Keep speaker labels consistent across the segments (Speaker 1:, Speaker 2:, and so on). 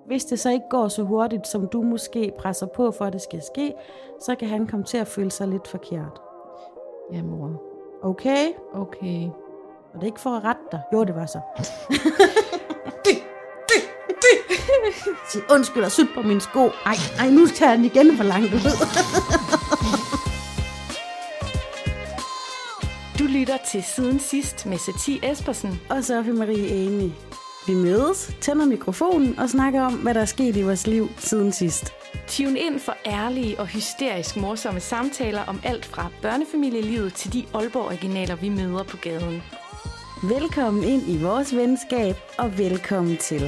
Speaker 1: Hvis det så ikke går så hurtigt, som du måske presser på for, at det skal ske, så kan han komme til at føle sig lidt forkert.
Speaker 2: Ja, mor.
Speaker 1: Okay?
Speaker 2: Okay.
Speaker 1: Og det er ikke for at rette dig. Jo, det var så. Sig undskyld og syt på min sko. Ej, nu tager jeg den igen for langt ud.
Speaker 2: Du lytter til Siden Sidst med Satie Espersen
Speaker 1: og Sofie Marie Amy. Vi mødes, tænder mikrofonen og snakker om, hvad der er sket i vores liv siden sidst.
Speaker 2: Tune ind for ærlige og hysterisk morsomme samtaler om alt fra børnefamilielivet til de Aalborg-originaler, vi møder på gaden.
Speaker 1: Velkommen ind i vores venskab, og velkommen til.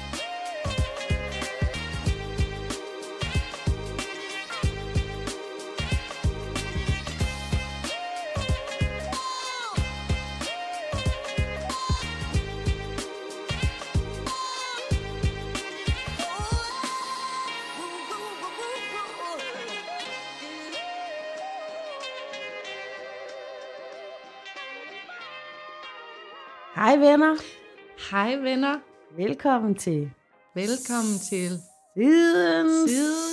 Speaker 1: Hej venner.
Speaker 2: Hej venner.
Speaker 1: Velkommen til.
Speaker 2: Velkommen til.
Speaker 1: Siden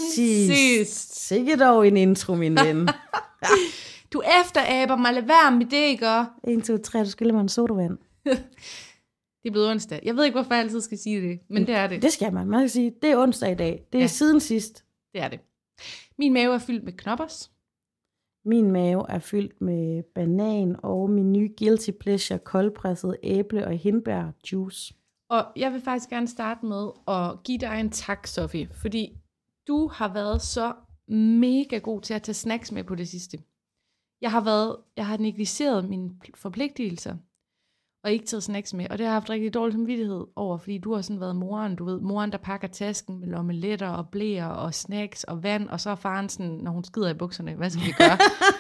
Speaker 1: sidst. Sikke dog en intro, min ven. Ja.
Speaker 2: Du efteraber mig, lad være med det, ikke?
Speaker 1: 1, 2, 3, du skylder mig en sodavand.
Speaker 2: Det er blevet onsdag. Jeg ved ikke, hvorfor jeg altid skal sige det, men det er det.
Speaker 1: Det skal man. Man kan sige, det er onsdag i dag. Det er siden sidst.
Speaker 2: Det er det. Min mave er fyldt med knoppers.
Speaker 1: Min mave er fyldt med banan og min nye guilty pleasure, koldpresset æble og hindbær juice.
Speaker 2: Og jeg vil faktisk gerne starte med at give dig en tak, Sofie, fordi du har været så mega god til at tage snacks med på det sidste. Jeg har negligeret mine forpligtelser og ikke taget snacks med, og det har jeg haft rigtig dårlig samvittighed over, fordi du har sådan været moren, du ved, moren, der pakker tasken med lommeletter og blæer og snacks og vand, og så er faren sådan, når hun skider i bukserne, hvad skal vi gøre?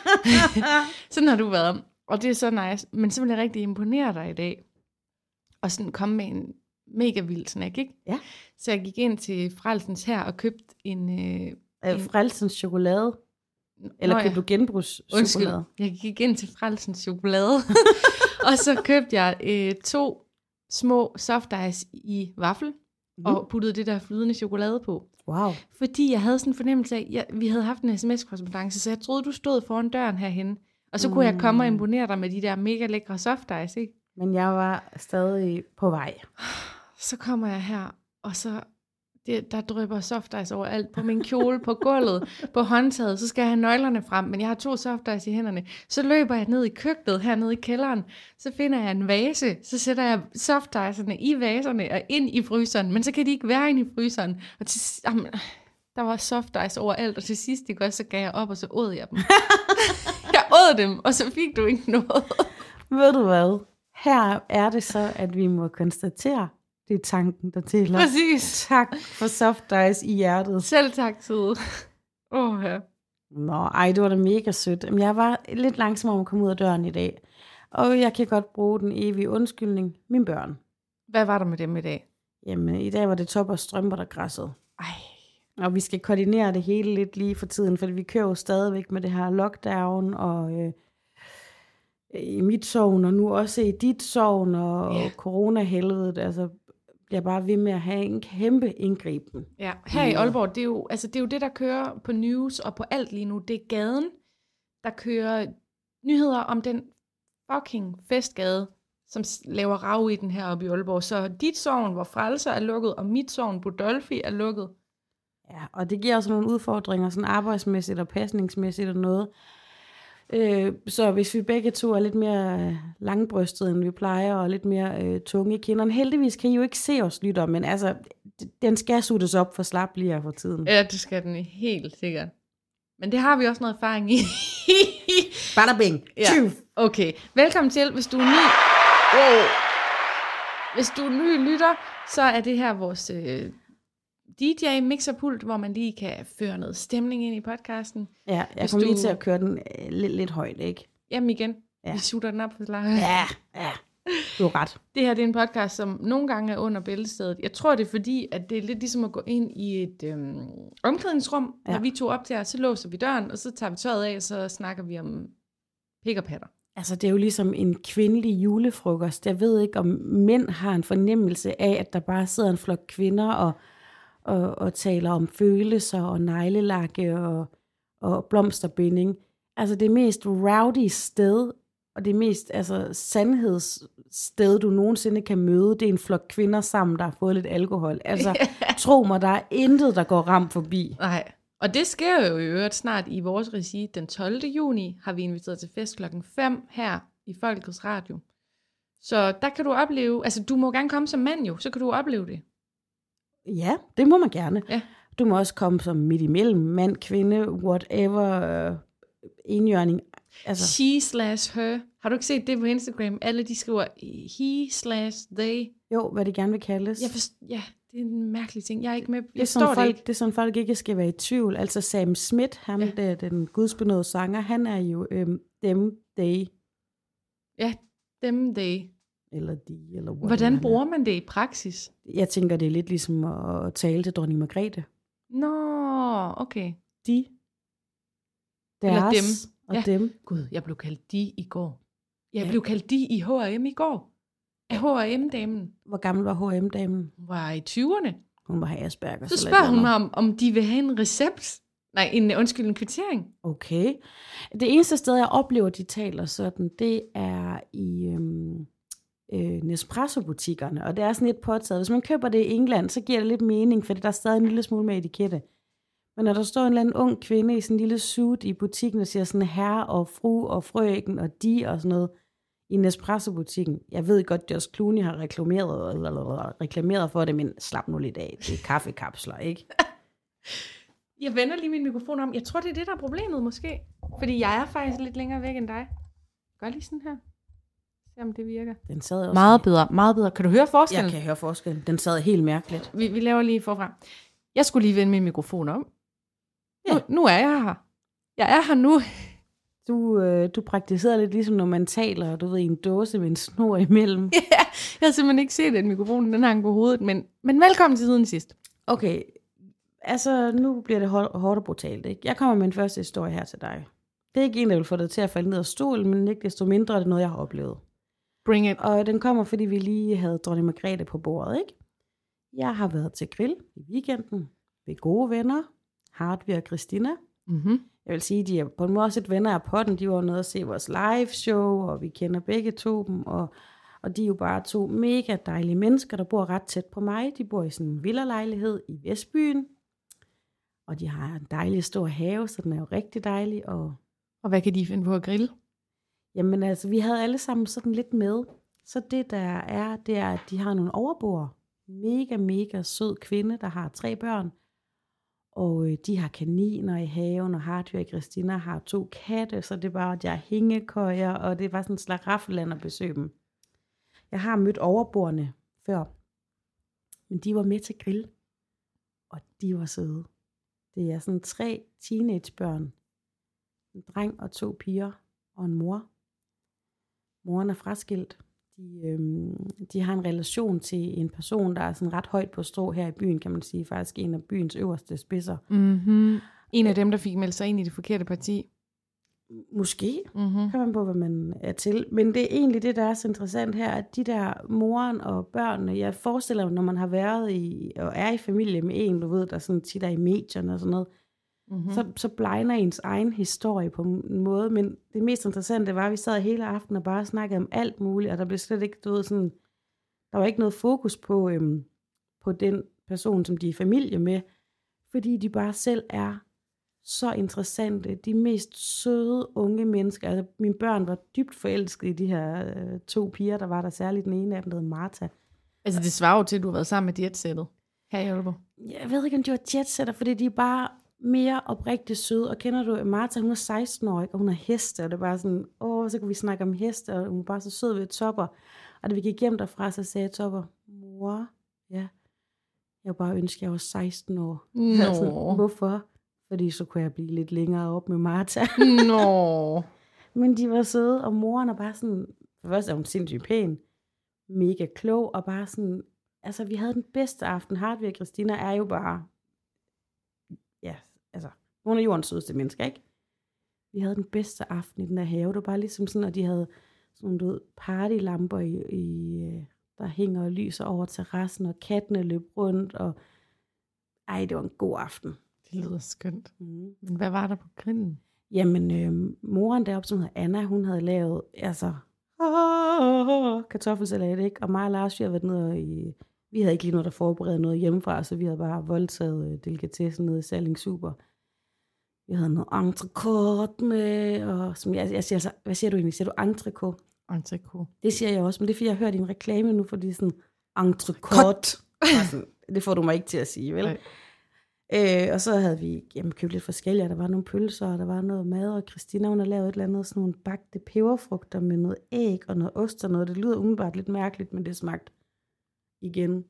Speaker 2: Sådan har du været, og det er så nice, men så vil jeg rigtig imponere dig i dag, og sådan komme med en mega vild snack, ikke?
Speaker 1: Ja.
Speaker 2: Så jeg gik ind til Frelsens her og købte en
Speaker 1: Frelsens chokolade. Eller købte du genbrugschokolade?
Speaker 2: Jeg gik ind til Frelsens chokolade, og så købte jeg 2 små soft ice i vaffel, og puttede det der flydende chokolade på.
Speaker 1: Wow.
Speaker 2: Fordi jeg havde sådan en fornemmelse af, vi havde haft en sms-korrespondance, så jeg troede, du stod foran døren herhen, og så kunne jeg komme og imponere dig med de der mega lækre soft ice, ikke?
Speaker 1: Men jeg var stadig på vej.
Speaker 2: Så kommer jeg her, og så der drypper soft ice overalt på min kjole, på gulvet, på håndtaget. Så skal jeg have nøglerne frem, men jeg har 2 soft ice i hænderne. Så løber jeg ned i køkkenet, hernede i kælderen. Så finder jeg en vase. Så sætter jeg soft icerne i vaserne og ind i fryseren. Men så kan de ikke være inde i fryseren. Og der var soft ice overalt, og til sidst så gav jeg op, og så åd jeg dem. Jeg åd dem, og så fik du ikke noget.
Speaker 1: Ved du hvad? Her er det så, at vi må konstatere, det er tanken, der tæller.
Speaker 2: Præcis.
Speaker 1: Tak for soft ice i hjertet.
Speaker 2: Selv tak, Tide. Ja.
Speaker 1: Nå, ej, det var da mega sødt. Men jeg var lidt langsom om at komme ud af døren i dag. Og jeg kan godt bruge den evige undskyldning. Mine børn.
Speaker 2: Hvad var der med dem i dag?
Speaker 1: Jamen, i dag var det top og strømper, der græssede.
Speaker 2: Ej.
Speaker 1: Og vi skal koordinere det hele lidt lige for tiden, fordi vi kører jo stadigvæk med det her lockdown, og i mit sovn, og nu også i dit sovn, og corona-helvedet, altså bliver bare ved med at have en kæmpe indgriben.
Speaker 2: Ja, her i Aalborg, det er jo det, der kører på news og på alt lige nu. Det er gaden, der kører nyheder om den fucking festgade, som laver rav i den her oppe i Aalborg. Så dit sovn, hvor Frelser er lukket, og mit sovn, Budolfi, er lukket.
Speaker 1: Ja, og det giver også nogle udfordringer, sådan arbejdsmæssigt og pasningsmæssigt og noget. Så hvis vi begge to er lidt mere langbrystede, end vi plejer, og lidt mere tunge i kinderne, heldigvis kan I jo ikke se os lytter, men altså, den skal suttes op for slap lige her for tiden.
Speaker 2: Ja, det skal den helt sikkert. Men det har vi også noget erfaring i.
Speaker 1: Bada bing.
Speaker 2: Ja. Okay, velkommen til. Hvis du er ny lytter, så er det her vores DJ-mixerpult, hvor man lige kan føre noget stemning ind i podcasten.
Speaker 1: Ja, jeg kommer lige til at køre den lidt højt, ikke?
Speaker 2: Jamen igen,
Speaker 1: ja.
Speaker 2: Vi shooter den op for slag.
Speaker 1: Ja, du har ret.
Speaker 2: Det her det er en podcast, som nogle gange er under bæltestedet. Jeg tror, det er fordi, at det er lidt ligesom at gå ind i et omklædningsrum, når vi to optager, så låser vi døren, og så tager vi tøjet af, og så snakker vi om pik og patter.
Speaker 1: Altså, det er jo ligesom en kvindelig julefrokost. Jeg ved ikke, om mænd har en fornemmelse af, at der bare sidder en flok kvinder og taler om følelser og neglelakke og blomsterbinding. Altså det mest rowdy sted, og det mest sandhedssted, du nogensinde kan møde, det er en flok kvinder sammen, der har fået lidt alkohol. Altså, tro mig, der er intet, der går ramt forbi.
Speaker 2: Nej, og det sker jo i øvrigt snart i vores regi. Den 12. juni har vi inviteret til fest 5:00 her i Folkets Radio. Så der kan du opleve, altså du må gerne komme som mand jo, så kan du opleve det.
Speaker 1: Ja, det må man gerne.
Speaker 2: Ja.
Speaker 1: Du må også komme som midt imellem, mand, kvinde, whatever, enhjørning. Altså.
Speaker 2: She/her. Har du ikke set det på Instagram? Alle de skriver he/they.
Speaker 1: Jo, hvad de gerne vil kaldes.
Speaker 2: Ja, det er en mærkelig ting. Jeg er ikke med.
Speaker 1: Det er sådan folk ikke skal være i tvivl. Altså Sam Smith, den gudsbenåede sanger, han er jo them, they.
Speaker 2: Ja, them, they.
Speaker 1: Eller de, eller
Speaker 2: hvordan bruger man det i praksis?
Speaker 1: Jeg tænker, det er lidt ligesom at tale til dronning Margrethe.
Speaker 2: Nå, okay.
Speaker 1: De. Deres.
Speaker 2: Eller dem.
Speaker 1: Og dem.
Speaker 2: Gud, jeg blev kaldt de i går. Jeg blev kaldt de i H&M i går. Af H&M-damen.
Speaker 1: Hvor gammel var H&M-damen?
Speaker 2: Hun var i 20'erne.
Speaker 1: Hun var Asperger.
Speaker 2: Så spørger hun mig, om de vil have en recept. Nej, en kvittering.
Speaker 1: Okay. Det eneste sted, jeg oplever, de taler sådan, det er i Nespresso-butikkerne. Og det er sådan lidt påtaget. Hvis man køber det i England, så giver det lidt mening, for der er stadig en lille smule med etikette. Men når der står en eller anden ung kvinde i sådan en lille suit i butikken, og siger sådan herre og fru og frøken og de og sådan noget, i Nespresso-butikken. Jeg ved godt, at Josh Clooney har reklameret for det, men slap nu lidt af. Det er kaffekapsler, ikke?
Speaker 2: Jeg vender lige min mikrofon om. Jeg tror, det er det, der er problemet måske. Fordi jeg er faktisk lidt længere væk end dig. Gør lige sådan her. Se om det virker.
Speaker 1: Den sad også
Speaker 2: meget bedre, meget bedre. Kan du høre forskellen?
Speaker 1: Jeg kan høre forskellen. Den sad helt mærkeligt.
Speaker 2: Vi laver lige forfra. Jeg skulle lige vende min mikrofon om. Ja. Nu er jeg her. Jeg er her nu.
Speaker 1: Du praktiserer lidt ligesom, når man taler, du ved, i en dåse med en snor imellem.
Speaker 2: Ja, jeg har simpelthen ikke set den mikrofon, den hang på hovedet, men velkommen til siden sidst.
Speaker 1: Okay, altså nu bliver det hårdt og brutalt, ikke? Jeg kommer med en første historie her til dig. Det er ikke en, der vil få dig til at falde ned af stolen, men ikke desto mindre er det noget, jeg har oplevet.
Speaker 2: Bring it.
Speaker 1: Og den kommer, fordi vi lige havde dronning Margrethe på bordet, ikke? Jeg har været til grill i weekenden ved gode venner, Hartvig og Christina.
Speaker 2: Mhm.
Speaker 1: Jeg vil sige, de er på en måde også et venner af potten. De var nede og se vores live show, og vi kender begge to dem. Og de er jo bare to mega dejlige mennesker, der bor ret tæt på mig. De bor i sådan en villalejlighed i Vestbyen. Og de har en dejlig stor have, så den er jo rigtig dejlig. Og
Speaker 2: hvad kan de finde på at grille?
Speaker 1: Jamen altså, vi havde alle sammen sådan lidt med. Så det der er, det er, at de har nogle overboer. Mega sød kvinde, der har 3 børn. Og de har kaniner i haven, og Hartvig og Christina har 2 katte, så det er bare, at jeg har hængekøjer, og det er bare sådan en slags raffeland at besøge dem. Jeg har mødt overboerne før, men de var med til grill, og de var søde. Det er sådan 3 teenagebørn, en dreng og 2 piger, og en mor. Moren er fraskilt. De har en relation til en person, der er sådan ret højt på strå her i byen, kan man sige. Faktisk en af byens øverste spidser.
Speaker 2: Mm-hmm. En af dem, der fik meldt sig ind i det forkerte parti.
Speaker 1: Måske. Kan man på, hvad man er til. Men det er egentlig det, der er så interessant her, at de der moren og børnene, jeg forestiller mig, når man har været i, og er i familie med en, du ved, der sådan tit er i medierne og sådan noget, så blegner ens egen historie på en måde. Men det mest interessante var, at vi sad hele aftenen og bare snakkede om alt muligt, og der blev slet ikke, du ved, sådan, der var ikke noget fokus på den person, som de er i familie med, fordi de bare selv er så interessante, de mest søde unge mennesker. Altså, mine børn var dybt forelskede i de her 2 piger, der var der, særligt den ene af dem, der hed Martha.
Speaker 2: Altså det svarer jo til, at du har været sammen med Jetsættet her i Aalborg.
Speaker 1: Jeg ved ikke, om de var Jetsætter, fordi de er bare mere oprigtigt søde. Og kender du Martha, hun er 16 år, og hun har heste, og det er bare sådan, så kunne vi snakke om heste, og hun var bare så sød ved Topper. Og da vi gik hjem derfra, så sagde Topper, mor, ja, jeg bare ønsker, at jeg var 16 år. Sådan, hvorfor? Fordi så kunne jeg blive lidt længere op med Martha.
Speaker 2: Nå.
Speaker 1: Men de var søde, og moren er bare sådan, for først er hun sindssygt pæn, mega klog, og bare sådan, altså vi havde den bedste aften. Hartvig og Christina er jo bare, ja, altså, nogle af jordens sødeste mennesker, ikke? Vi havde den bedste aften i den der have. Det var bare ligesom sådan, at de havde sådan nogle partylamper, der hænger og lyser over terrassen, og kattene løb rundt, og Ej, det var en god aften.
Speaker 2: Det lyder skønt. Men hvad var der på grillen?
Speaker 1: Jamen, moren deroppe, som hedder Anna, hun havde lavet, kartoffelsalat, ikke? Og mig og Lars, vi havde været nede i... Vi havde ikke lige noget, der forberedte noget hjemmefra, så vi havde bare voldtaget delikatessen nede i Salling Super. Vi havde noget entrecôte med, og som jeg siger, altså, hvad siger du egentlig? Siger du entrecôte?
Speaker 2: Entrecôte.
Speaker 1: Det siger jeg også, men det er fordi, jeg har hørt i en reklame nu, fordi sådan, entrecôte. Det får du mig ikke til at sige, vel? Og så havde vi købt lidt forskellige. Der var nogle pølser, og der var noget mad, og Christina, hun har lavet et eller andet, sådan nogle bagte peberfrugter med noget æg og noget ost og noget. Det lyder umiddelbart lidt mærkeligt, men det smagte igen.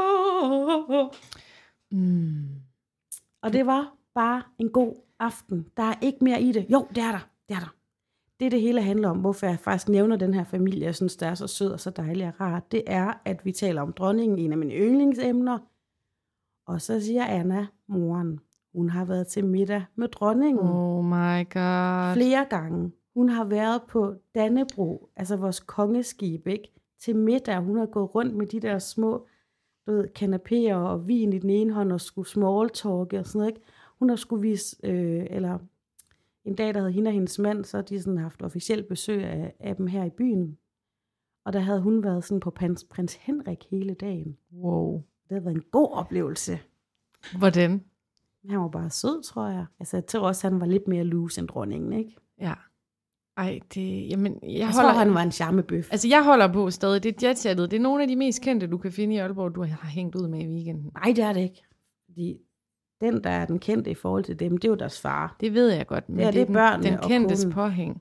Speaker 1: Og det var bare en god aften. Der er ikke mere i det. Jo, det er der. Det hele handler om, hvorfor jeg faktisk nævner den her familie, jeg synes, der er så sød og så dejlig og rar. Det er, at vi taler om dronningen, en af mine yndlingsemner. Og så siger Anna, moren, hun har været til middag med dronningen.
Speaker 2: Oh my god.
Speaker 1: Flere gange. Hun har været på Dannebro, altså vores kongeskib, ikke? Til middag. Hun har gået rundt med de der små, kanapéer og vin i den ene hånd og skulle smalltalke og sådan noget, ikke? Hun har skulle vise, eller en dag, der havde hende og hendes mand, så har de sådan haft officielt besøg af dem her i byen. Og der havde hun været sådan på prins Henrik hele dagen.
Speaker 2: Wow.
Speaker 1: Det havde været en god oplevelse.
Speaker 2: Hvordan?
Speaker 1: Han var bare sød, tror jeg. Altså, jeg tror også, han var lidt mere loose end dronningen, ikke?
Speaker 2: Ja. Ej, det... Jamen,
Speaker 1: jeg tror, han var en charmebøf.
Speaker 2: Altså, jeg holder på stadig. Det er jetsettet. Det er nogle af de mest kendte, du kan finde i Aalborg, du har hængt ud med i weekenden.
Speaker 1: Nej, det er det ikke. Fordi den, der er den kendte i forhold til dem, det er jo deres far.
Speaker 2: Det ved jeg godt, men
Speaker 1: det er børnene
Speaker 2: den kendtes påhæng.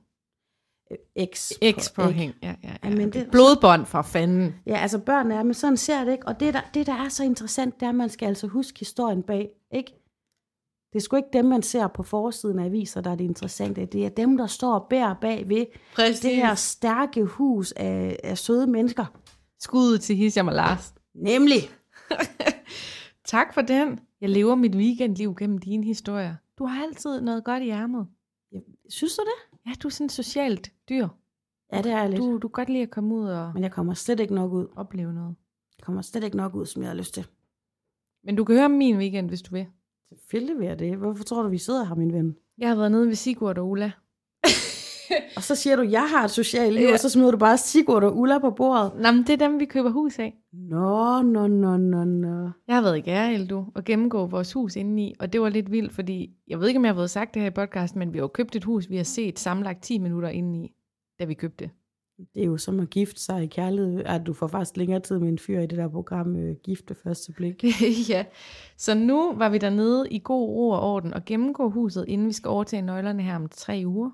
Speaker 2: Ex-påhæng, ja.
Speaker 1: Men det,
Speaker 2: blodbånd fra fanden.
Speaker 1: Ja, altså børn er, men sådan ser det ikke. Og det der er så interessant, det er, at man skal altså huske historien bag, ikke? Det er sgu ikke dem, man ser på forsiden af aviser, der er det interessante. Det er dem, der står og bærer bag ved det her stærke hus af søde mennesker.
Speaker 2: Skud til Hisham og Lars.
Speaker 1: Nemlig.
Speaker 2: Tak for den. Jeg lever mit weekendliv gennem dine historier. Du har altid noget godt i ærmet.
Speaker 1: Ja, synes du det?
Speaker 2: Ja, du er sådan et socialt dyr.
Speaker 1: Ja, det er lidt.
Speaker 2: Du kan godt lide at komme ud og...
Speaker 1: Men jeg kommer slet ikke nok ud.
Speaker 2: Opleve noget.
Speaker 1: Jeg kommer slet ikke nok ud, som jeg har lyst til.
Speaker 2: Men du kan høre min weekend, hvis du vil.
Speaker 1: Selvfølgelig vil jeg det. Hvorfor tror du, vi sidder her, min ven?
Speaker 2: Jeg har været nede ved Sigurd og Ulla.
Speaker 1: Og så siger du, jeg har et socialt liv, og så smider du bare Sigurd og Ulla på bordet.
Speaker 2: Nå, men det er dem, vi køber hus af.
Speaker 1: Nå.
Speaker 2: Jeg har været i Gærhild, og gennemgå vores hus indeni, og det var lidt vildt, fordi jeg ved ikke, om jeg har fået sagt det her i podcasten, men vi har købt et hus, vi har set sammenlagt 10 minutter indeni, da vi købte det.
Speaker 1: Det er jo som at gifte sig i kærlighed, at du får faktisk længere tid med en fyr i det der program, Gift ved første blik.
Speaker 2: Ja, så nu var vi dernede i god ro og orden og gennemgå huset, inden vi skal overtage nøglerne her om 3 uger.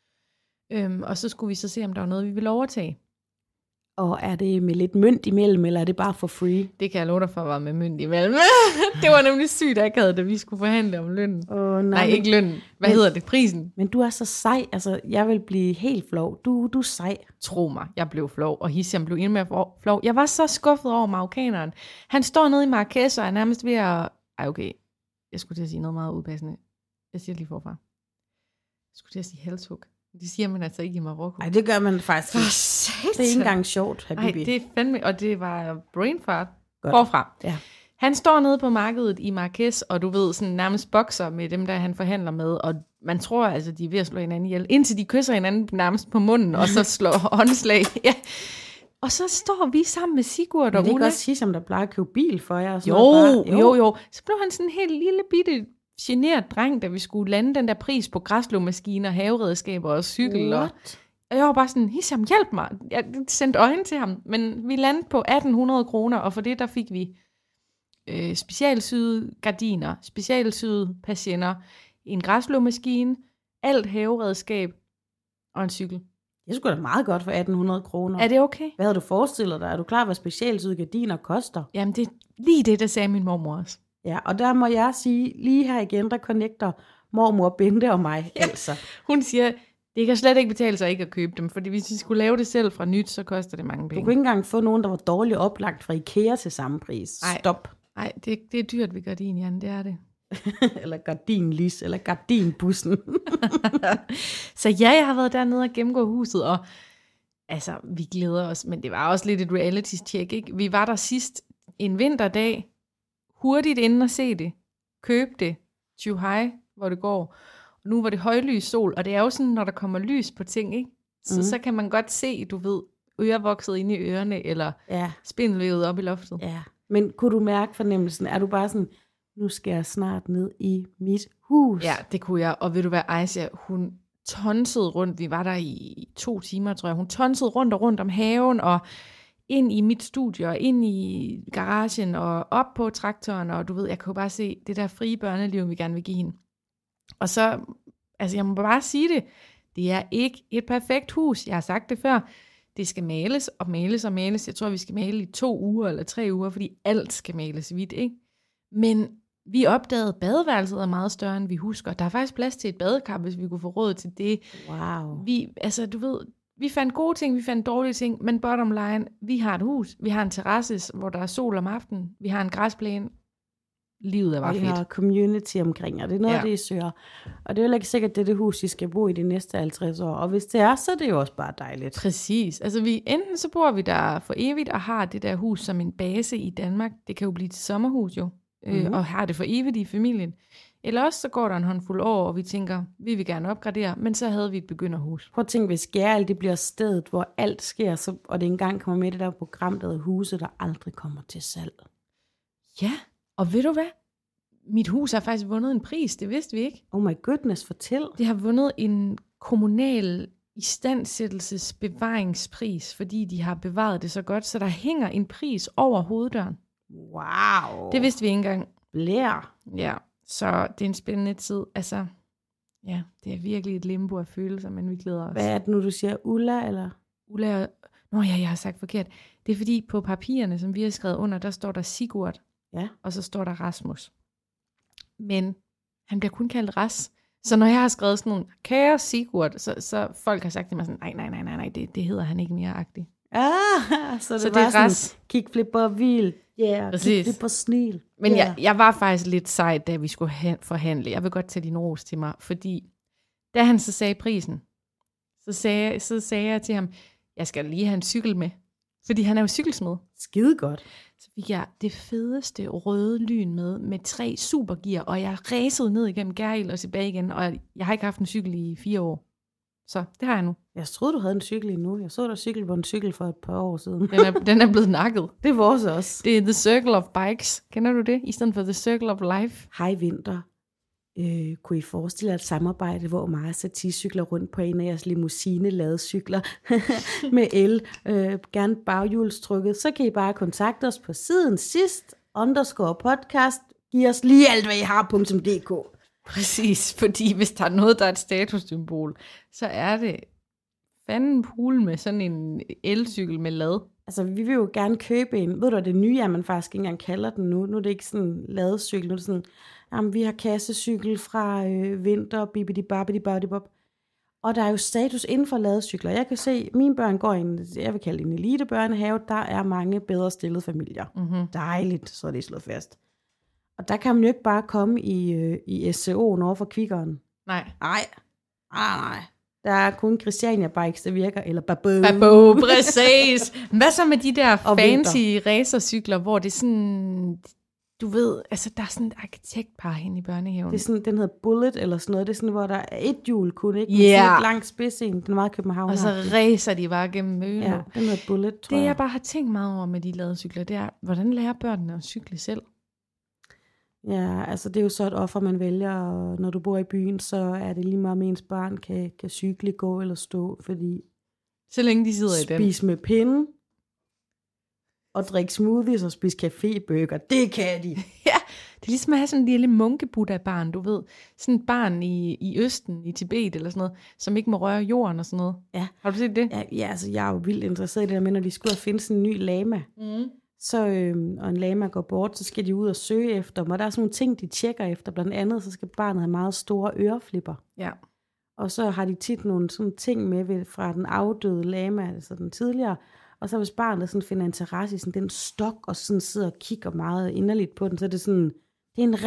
Speaker 2: Og så skulle vi så se, om der var noget, vi ville overtage. Og
Speaker 1: er det med lidt mønt imellem, eller er det bare for free?
Speaker 2: Det kan jeg love dig for, var med mønt imellem. Det var nemlig sygt akavet, da vi skulle forhandle om lønnen. Nej, ikke lønnen. Hvad hedder det? Prisen.
Speaker 1: Men du er så sej. Altså, jeg vil blive helt flov. Du er sej.
Speaker 2: Tro mig, jeg blev flov, og Hisham blev endnu mere flov. Jeg var så skuffet over marokkaneren. Han står nede i Marrakesh og er nærmest ved at... Ej, okay. Jeg skulle til at sige noget meget udpassende. Jeg siger lige forfra. Jeg skulle til at sige halshug. Det siger man altså ikke i Marokko.
Speaker 1: Nej, det gør man faktisk ikke. Det er ikke engang sjovt, habibi.
Speaker 2: Nej, det er fandme, og det var brain fart. Godt. Forfra.
Speaker 1: Ja.
Speaker 2: Han står nede på markedet i Marrakesh, og du ved, sådan nærmest bokser med dem, der han forhandler med, og man tror altså, de er ved at slå hinanden ihjel, indtil de kysser hinanden nærmest på munden, og så slår håndslag. Ja. Og så står vi sammen med Sigurd og Ulla.
Speaker 1: Men det kan også sige, som der plejer at købe bil for jer. Og
Speaker 2: sådan jo. Så blev han sådan en helt lille bitte generet dreng, da vi skulle lande den der pris på græslåmaskiner, haveredskaber og cykel. Og jeg var bare sådan, Hisham, hjælp mig. Jeg sendte øjne til ham, men vi landede på 1.800 kroner, og for det der fik vi specialsyede gardiner, specialsyede patienter, en græslåmaskine, alt haveredskab og en cykel.
Speaker 1: Det er sgu da meget godt for 1.800 kroner.
Speaker 2: Er det okay?
Speaker 1: Hvad havde du forestillet dig? Er du klar, hvad specialsyede gardiner koster?
Speaker 2: Jamen, det er lige det, der sagde min mormor også.
Speaker 1: Ja, og der må jeg sige, lige her igen, der connecter mormor, Bente og mig, ja. Altså.
Speaker 2: Hun siger, det kan slet ikke betale sig ikke at købe dem, fordi hvis vi skulle lave det selv fra nyt, så koster det mange penge.
Speaker 1: Du kunne ikke engang få nogen, der var dårligt oplagt fra IKEA til samme pris. Stop.
Speaker 2: Nej, det er dyrt ved gardin, Jan, det er det.
Speaker 1: Eller gardinlis, eller gardinbussen.
Speaker 2: Så ja, jeg har været dernede og gennemgå huset, og altså, vi glæder os, men det var også lidt et reality-check, ikke? Vi var der sidst en vinterdag, hurtigt inden at se det. købe det, Chuhai, hvor det går. Og nu var det højlys sol, og det er jo sådan, når der kommer lys på ting, ikke? Så kan man godt se, du ved, ørevokset inde i ørerne, eller spindelvævet op i loftet.
Speaker 1: Ja, men kunne du mærke fornemmelsen? Er du bare sådan, nu skal jeg snart ned i mit hus?
Speaker 2: Ja, det kunne jeg. Og ved du hvad, Aisha, hun tonsede rundt. Vi var der i 2 timer, tror jeg. Hun tonsede rundt og rundt om haven, og ind i mit studie, og ind i garagen, og op på traktoren, og du ved, jeg kunne bare se det der frie børneliv, vi gerne vil give hende. Og så, altså jeg må bare sige det, det er ikke et perfekt hus. Jeg har sagt det før. Det skal males og males og males. Jeg tror, vi skal male i 2 uger eller 3 uger, fordi alt skal males hvidt, ikke? Men vi opdagede, at badeværelset er meget større, end vi husker. Der er faktisk plads til et badekar, hvis vi kunne få råd til det.
Speaker 1: Wow.
Speaker 2: Vi fandt gode ting, vi fandt dårlige ting, men bottom line, vi har et hus, vi har en terrasse, hvor der er sol om aftenen, vi har en græsplæne. Livet er bare fedt.
Speaker 1: Og vi har community omkring, og det er noget af det, I søger. Og det er jo ikke sikkert, at det er det hus, I skal bo i de næste 50 år. Og hvis det er, så er det jo også bare dejligt.
Speaker 2: Præcis. Altså enten så bor vi der for evigt, og har det der hus som en base i Danmark. Det kan jo blive til sommerhus jo. Og har det for evigt i familien. Eller også så går der en håndfuld år, og vi tænker, vi vil gerne opgradere, men så havde vi et begynderhus.
Speaker 1: Prøv at tænke, hvis Gjerald, det bliver stedet, hvor alt sker, så, og det engang kommer med det der program, der hedder Huse, der aldrig kommer til salg.
Speaker 2: Ja, og ved du hvad? Mit hus har faktisk vundet en pris, det vidste vi ikke.
Speaker 1: Oh my goodness, fortæl.
Speaker 2: Det har vundet en kommunal istandsættelsesbevaringspris, fordi de har bevaret det så godt, så der hænger en pris over hoveddøren.
Speaker 1: Wow.
Speaker 2: Det vidste vi ikke engang.
Speaker 1: Blær.
Speaker 2: Ja, så det er en spændende tid. Altså, ja, det er virkelig et limbo af følelser, men vi glæder os.
Speaker 1: Hvad er det nu, du siger? Ulla, eller?
Speaker 2: Ulla, jeg har sagt forkert. Det er fordi på papirerne, som vi har skrevet under, der står der Sigurd, og så står der Rasmus. Men han bliver kun kaldt Ras. Så når jeg har skrevet sådan nogle, kære Sigurd, så folk har sagt til mig sådan, nej, det hedder han ikke mere-agtigt.
Speaker 1: Så det var sådan, kickflipper vild. Ja, kickflipper snil.
Speaker 2: Men jeg var faktisk lidt sej, da vi skulle forhandle. Jeg vil godt tage din ros til mig, fordi da han så sagde prisen, så sagde jeg til ham, jeg skal lige have en cykel med. Fordi han er jo cykelsmed.
Speaker 1: Skide godt.
Speaker 2: Så fik jeg det fedeste røde lyn med 3 supergear, og jeg ræsede ned igennem Gjerrild og tilbage igen, og jeg har ikke haft en cykel i 4 år. Så det har jeg nu.
Speaker 1: Jeg troede, du havde en cykel endnu. Jeg så dig cykle på en cykel for et par år siden.
Speaker 2: Den er blevet nakket.
Speaker 1: Det er vores også.
Speaker 2: Det er The Circle of Bikes. Kender du det? I stedet for The Circle of Life.
Speaker 1: Hej Vinter. Kunne I forestille jer et samarbejde, hvor Maja Satie cykler rundt på en af jeres limousine-ladecykler med el, gerne baghjulstrukket, så kan I bare kontakte os på siden sidst_podcast. Giv os lige alt, hvad I har.dk.
Speaker 2: Præcis, fordi hvis der er noget, der er et statussymbol, så er det fanden pool med sådan en elcykel med lad.
Speaker 1: Altså, vi vil jo gerne købe en. Ved du, det nye er, man faktisk ikke engang kalder den nu. Nu er det ikke sådan en ladecykel. Nu er det sådan, jamen, vi har kassecykel fra Vinter, bibidi-babidi-babidi-bob. Og der er jo status inden for ladecykler. Jeg kan se, at mine børn går i en, jeg vil kalde en elitebørnehave. Der er mange bedre stillede familier. Mm-hmm. Dejligt, så er det slået fast. Og der kan man jo ikke bare komme i SCO'en over for Kvickeren.
Speaker 2: Nej.
Speaker 1: Der er kun Christiania Bikes, der virker, eller Babbo.
Speaker 2: Babbo, præcis. Hvad så med de der fancy racercykler, hvor det er sådan, du ved, altså der er sådan et arkitektpar hen i børnehaven.
Speaker 1: Det er sådan, den hedder Bullet eller sådan noget. Det er sådan, hvor der er et hjul kun, ikke? Med sådan et langt spidsen. Den er meget København.
Speaker 2: Og så racer de bare gennem Mølle.
Speaker 1: Ja, den hedder Bullet, tror
Speaker 2: jeg. Det jeg bare har tænkt meget over med de ladecykler, det er, hvordan lærer børnene at cykle selv?
Speaker 1: Ja, altså det er jo så et offer, man vælger, og når du bor i byen, så er det lige meget med ens barn kan cykle, gå eller stå, fordi
Speaker 2: så længe de sidder i den.
Speaker 1: Spis med pinde, og drikke smoothies og spise cafébøger, det kan de.
Speaker 2: Ja, det er ligesom at have sådan en lille munkebuddha-barn, du ved, sådan et barn i Østen, i Tibet eller sådan noget, som ikke må røre jorden og sådan noget. Ja. Har du set det?
Speaker 1: Ja, altså jeg er jo vildt interesseret i det der med, når de skulle finde sådan en ny lama. Så, og en lama går bort, så skal de ud og søge efter dem. Og der er sådan nogle ting, de tjekker efter. Blandt andet, så skal barnet have meget store øreflipper. Ja. Og så har de tit nogle sådan ting med fra den afdøde lama, altså den tidligere. Og så hvis barnet sådan finder interesse i sådan den stok, og sådan sidder og kigger meget inderligt på den, så er det sådan, det er en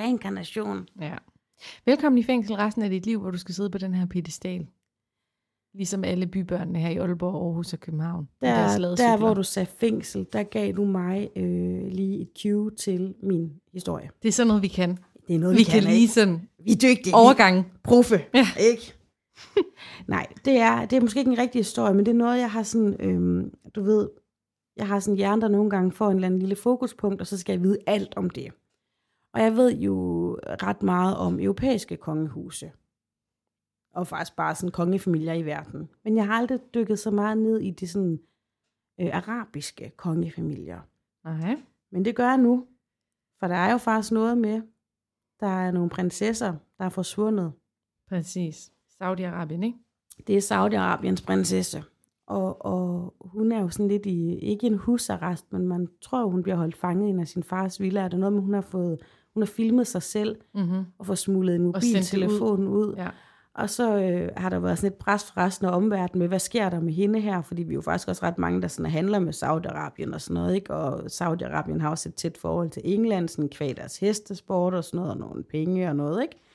Speaker 1: reinkarnation.
Speaker 2: Ja. Velkommen i fængsel resten af dit liv, hvor du skal sidde på den her piedestal. Ligesom alle bybørnene her i Aalborg, Aarhus og København. Der,
Speaker 1: der hvor du sagde fængsel, der gav du mig lige et cue til min historie.
Speaker 2: Det er sådan noget, vi kan.
Speaker 1: Det er noget,
Speaker 2: vi kan lige sådan
Speaker 1: vi er dygtige.
Speaker 2: Overgang.
Speaker 1: Proffe, ja. Ikke? Nej, det er måske ikke en rigtig historie, men det er noget, jeg har sådan, du ved, jeg har sådan hjerne, der nogle gange får en eller anden lille fokuspunkt, og så skal jeg vide alt om det. Og jeg ved jo ret meget om europæiske kongehuse. Og faktisk bare sådan kongefamilier i verden. Men jeg har aldrig dykket så meget ned i de sådan arabiske kongefamilier.
Speaker 2: Okay.
Speaker 1: Men det gør jeg nu. For der er jo faktisk noget med, der er nogle prinsesser, der er forsvundet.
Speaker 2: Præcis. Saudi-Arabien, ikke? Det
Speaker 1: er Saudi-Arabiens prinsesse. Og hun er jo sådan lidt ikke en husarrest, men man tror, hun bliver holdt fanget i en af sin fars villa. Er der noget med, hun har filmet sig selv og fået smuglet en mobiltelefon ud.
Speaker 2: Ja.
Speaker 1: Og så har der været sådan et pres fra resten af omverdenen med, hvad sker der med hende her? Fordi vi er jo faktisk også ret mange, der sådan handler med Saudi-Arabien og sådan noget, ikke? Og Saudi-Arabien har også et tæt forhold til England, sådan kvad deres hestesport og sådan noget, og nogle penge og noget, ikke?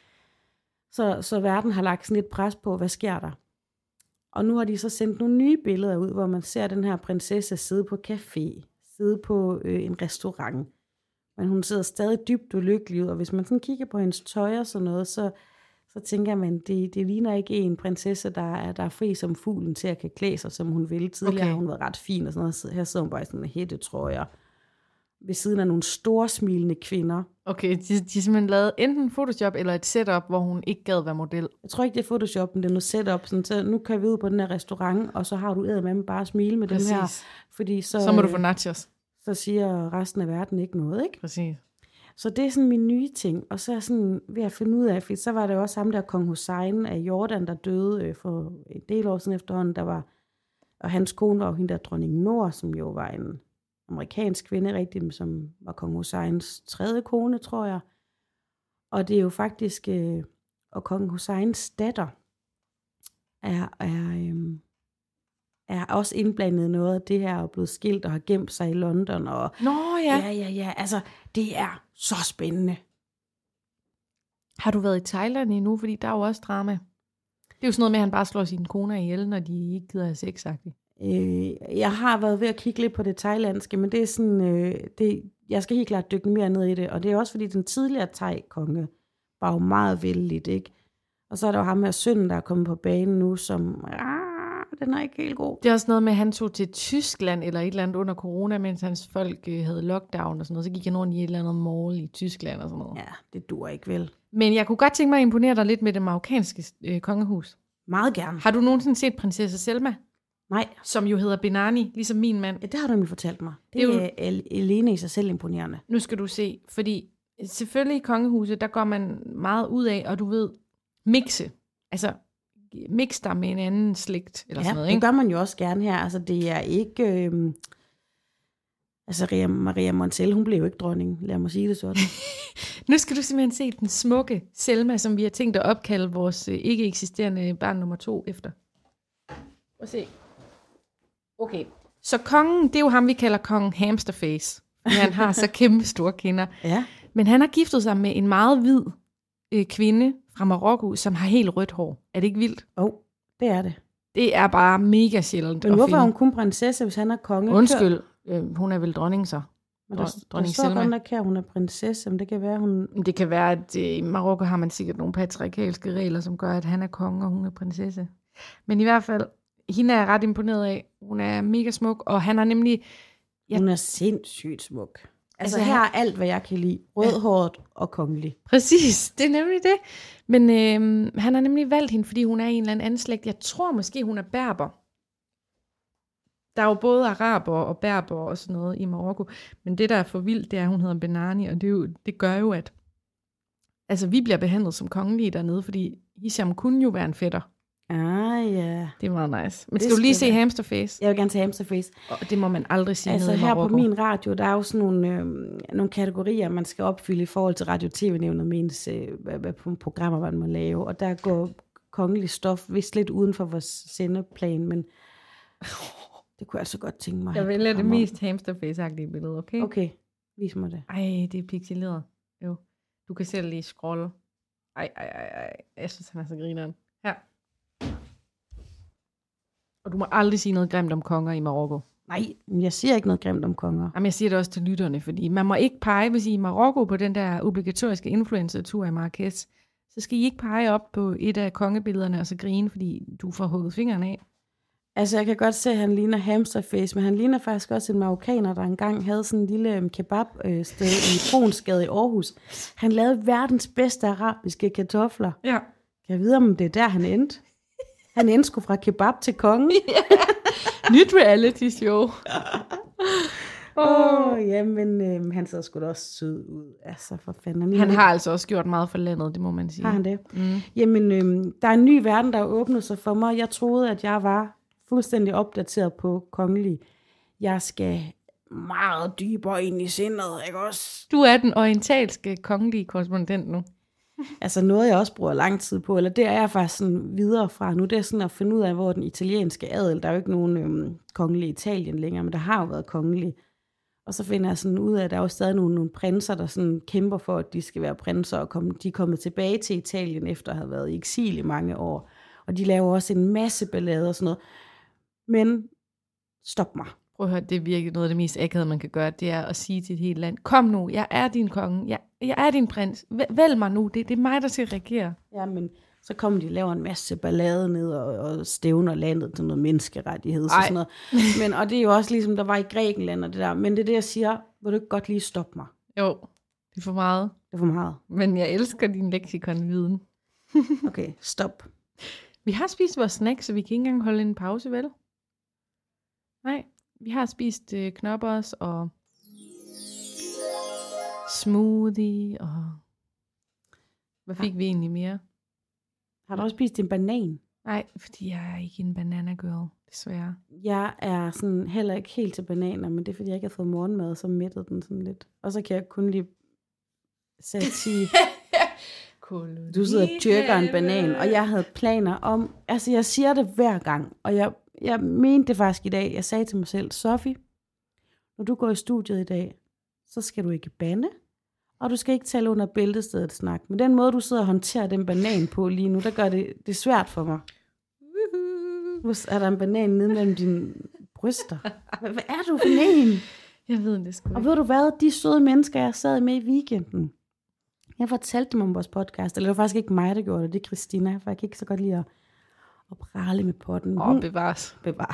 Speaker 1: Så verden har lagt sådan et pres på, hvad sker der? Og nu har de så sendt nogle nye billeder ud, hvor man ser den her prinsesse sidde på café, sidde på en restaurant. Men hun sidder stadig dybt ulykkelig ud, og hvis man sådan kigger på hendes tøj og sådan noget, så tænker man, det ligner ikke en prinsesse, der er fri som fuglen til at kan klæde sig, som hun ville. Tidligere har hun været ret fin og sådan noget. Her sidder hun bare i sådan en hættetrøjer ved siden af nogle store smilende kvinder.
Speaker 2: Okay, de har simpelthen lavet enten en Photoshop eller et setup, hvor hun ikke gad være model.
Speaker 1: Jeg tror ikke, det er Photoshop, men det er noget setup. Sådan, så nu kan vi ud på den her restaurant, og så har du eddermame bare smile med dem her. Fordi så
Speaker 2: må du få nachos.
Speaker 1: Så siger resten af verden ikke noget, ikke?
Speaker 2: Præcis.
Speaker 1: Så det er sådan min nye ting. Og så er jeg sådan ved at finde ud af, for så var der også ham der kong Hussein af Jordan, der døde for en del år siden efterhånden. Og hans kone var jo hende der dronning Nord, som jo var en amerikansk kvinde, rigtig, som var kong Husseins 3. kone, tror jeg. Og det er jo faktisk, og kong Husseins datter er også indblandet i noget af det her, og blevet skilt og har gemt sig i London. Og, Ja, altså, det er så spændende.
Speaker 2: Har du været i Thailand endnu? Fordi der er jo også drama. Det er jo sådan noget med, at han bare slår sine koner ihjel, når de ikke gider have sex-agtigt.
Speaker 1: Jeg har været ved at kigge lidt på det thailandske, men det er sådan, jeg skal helt klart dykke mere ned i det, og det er også fordi den tidligere thai-konge var jo meget vældigt, ikke? Og så er der jo ham her sønnen, der er kommet på banen nu, som den er ikke helt god.
Speaker 2: Det er også noget med, at han tog til Tyskland eller et eller andet under corona, mens hans folk havde lockdown og sådan noget, så gik han rundt i et eller andet mall i Tyskland og sådan noget.
Speaker 1: Ja, det duer ikke vel.
Speaker 2: Men jeg kunne godt tænke mig at imponere dig lidt med det marokkanske kongehus.
Speaker 1: Meget gerne.
Speaker 2: Har du nogensinde set prinsesse Selma?
Speaker 1: Nej.
Speaker 2: Som jo hedder Benani, ligesom min mand.
Speaker 1: Ja, det har du nemlig fortalt mig. Det er alene i sig selv imponerende.
Speaker 2: Nu skal du se, fordi selvfølgelig i kongehuset, der går man meget ud af, og du ved, mixe. Altså, mix dig med en anden slægt, eller sådan noget, ikke?
Speaker 1: Det gør man jo også gerne her. Altså, det er ikke... Maria Montel, hun blev jo ikke dronning, lad mig sige det sådan.
Speaker 2: Nu skal du simpelthen se den smukke Selma, som vi har tænkt at opkalde vores ikke eksisterende barn nummer 2 efter. Prøv at se. Okay, så kongen, det er jo ham, vi kalder kong Hamsterface. Han har så kæmpe store kinder.
Speaker 1: Ja.
Speaker 2: Men han har giftet sig med en meget hvid kvinde fra Marokko, som har helt rødt hår. Er det ikke vildt?
Speaker 1: Det er det.
Speaker 2: Det er bare mega sjældent.
Speaker 1: Men hvorfor er hun kun prinsesse, hvis han er konge?
Speaker 2: Undskyld, hun er vel dronning så.
Speaker 1: Dronning Selma. Der hun er prinsesse, men det kan være, hun...
Speaker 2: Det kan være, at i Marokko har man sikkert nogle patriarkalske regler, som gør, at han er konge, og hun er prinsesse. Men i hvert fald, hende er jeg ret imponeret af. Hun er mega smuk, og han er nemlig...
Speaker 1: Hun er sindssygt smuk. Altså her er alt, hvad jeg kan lide. Rødhåret og kongelig.
Speaker 2: Præcis, det er nemlig det. Men han har nemlig valgt hende, fordi hun er en eller anden slægt. Jeg tror måske, hun er berber. Der er jo både araber og berber og sådan noget i Marokko. Men det, der er for vildt, det er, at hun hedder Benani. Og det gør jo, at altså, vi bliver behandlet som kongelige dernede, fordi Hisham kunne jo være en fætter.
Speaker 1: Ja.
Speaker 2: Det er meget nice. Men skal du lige se Hamsterface?
Speaker 1: Jeg vil gerne se Hamsterface.
Speaker 2: Og det må man aldrig sige
Speaker 1: altså
Speaker 2: noget i Marokko.
Speaker 1: Her på min radio, der er jo sådan nogle kategorier, man skal opfylde i forhold til radio-tv-nævnet med ens hvad programmer, man må lave. Og der går kongelig stof vist lidt uden for vores sendeplan, men det kunne jeg altså godt tænke mig.
Speaker 2: Jeg vælger det mest Hamsterface-agtige billede, okay?
Speaker 1: Okay, vis mig det.
Speaker 2: Ej, det er pixeleret. Jo. Du kan selv lige scrolle. Ej. Jeg synes, han er så grineren. Her. Og du må aldrig sige noget grimt om konger i Marokko.
Speaker 1: Nej, jeg siger ikke noget grimt om konger.
Speaker 2: Jamen, jeg siger det også til lytterne, fordi man må ikke pege, hvis I er i Marokko på den der obligatoriske influencer-tur i Marrakesh, så skal I ikke pege op på et af kongebillederne og så grine, fordi du får hugget fingrene af.
Speaker 1: Altså, jeg kan godt se, at han ligner hamsterface, men han ligner faktisk også en marokkaner, der engang havde sådan en lille kebabsted i Brunsgade i Aarhus. Han lavede verdens bedste arabiske kartofler.
Speaker 2: Ja.
Speaker 1: Kan jeg vide, om det er der, han endte? Han endte sgu fra kebab til konge.
Speaker 2: Nyt reality show.
Speaker 1: Jamen, han ser sgu da også sød ud. Altså, for fanden.
Speaker 2: Han har altså også gjort meget for landet, det må man sige.
Speaker 1: Har han det? Jamen, der er en ny verden, der er åbnet sig for mig. Jeg troede, at jeg var fuldstændig opdateret på kongelig. Jeg skal meget dybere ind i sindet, ikke også?
Speaker 2: Du er den orientalske kongelige korrespondent nu.
Speaker 1: Altså noget, jeg også bruger lang tid på, eller det er jeg faktisk sådan videre fra nu, det er sådan at finde ud af, hvor den italienske adel, der er jo ikke nogen kongelig Italien længere, men der har jo været kongelig. Og så finder jeg sådan ud af, at der er jo stadig nogle prinser, der sådan kæmper for, at de skal være prinser, og de er kommet tilbage til Italien, efter at have været i eksil i mange år. Og de laver også en masse ballade og sådan noget. Men stop mig.
Speaker 2: Prøv at høre, det er virkelig noget af det mest akavede, man kan gøre, det er at sige til et helt land, kom nu, jeg er din konge, jeg er din prins, vælg mig nu, det er mig, der skal regere.
Speaker 1: Ja, men så kommer de og laver en masse ballade ned og stævner landet til noget menneskerettighed og sådan noget. Men, og det er jo også ligesom, der var i Grækenland og det der. Men det er det, jeg siger, vil du ikke godt lige stoppe mig?
Speaker 2: Jo, det er for meget.
Speaker 1: Det er for meget.
Speaker 2: Men jeg elsker din leksikon-viden.
Speaker 1: Okay, stop.
Speaker 2: Vi har spist vores snack, så vi kan ikke engang holde en pause, vel? Nej, vi har spist knoppers og smoothie og... Hvad fik vi egentlig mere?
Speaker 1: Har du også spist en banan?
Speaker 2: Nej, fordi jeg er ikke en banana girl, desværre.
Speaker 1: Jeg er sådan heller ikke helt til bananer, men det er, fordi jeg ikke har fået morgenmad, så mættede den sådan lidt. Og så kan jeg kun lige sige, du sidder og tyrker en banan, og jeg havde planer om, altså jeg siger det hver gang, og jeg mente det faktisk i dag, jeg sagde til mig selv, Sofie, når du går i studiet i dag, så skal du ikke bande, og du skal ikke tale under bæltestedet snak. Men den måde, du sidder og håndterer den banan på lige nu, der gør det svært for mig. Er der en banan nede mellem dine bryster? Hvad er du for en?
Speaker 2: Jeg ved det sgu.
Speaker 1: Og ved du hvad? De søde mennesker, jeg sad med i weekenden, jeg fortalte dem om vores podcast, eller det var faktisk ikke mig, der gjorde det, det er Christina, for jeg kan ikke så godt lide at prale med potten.
Speaker 2: Bevares.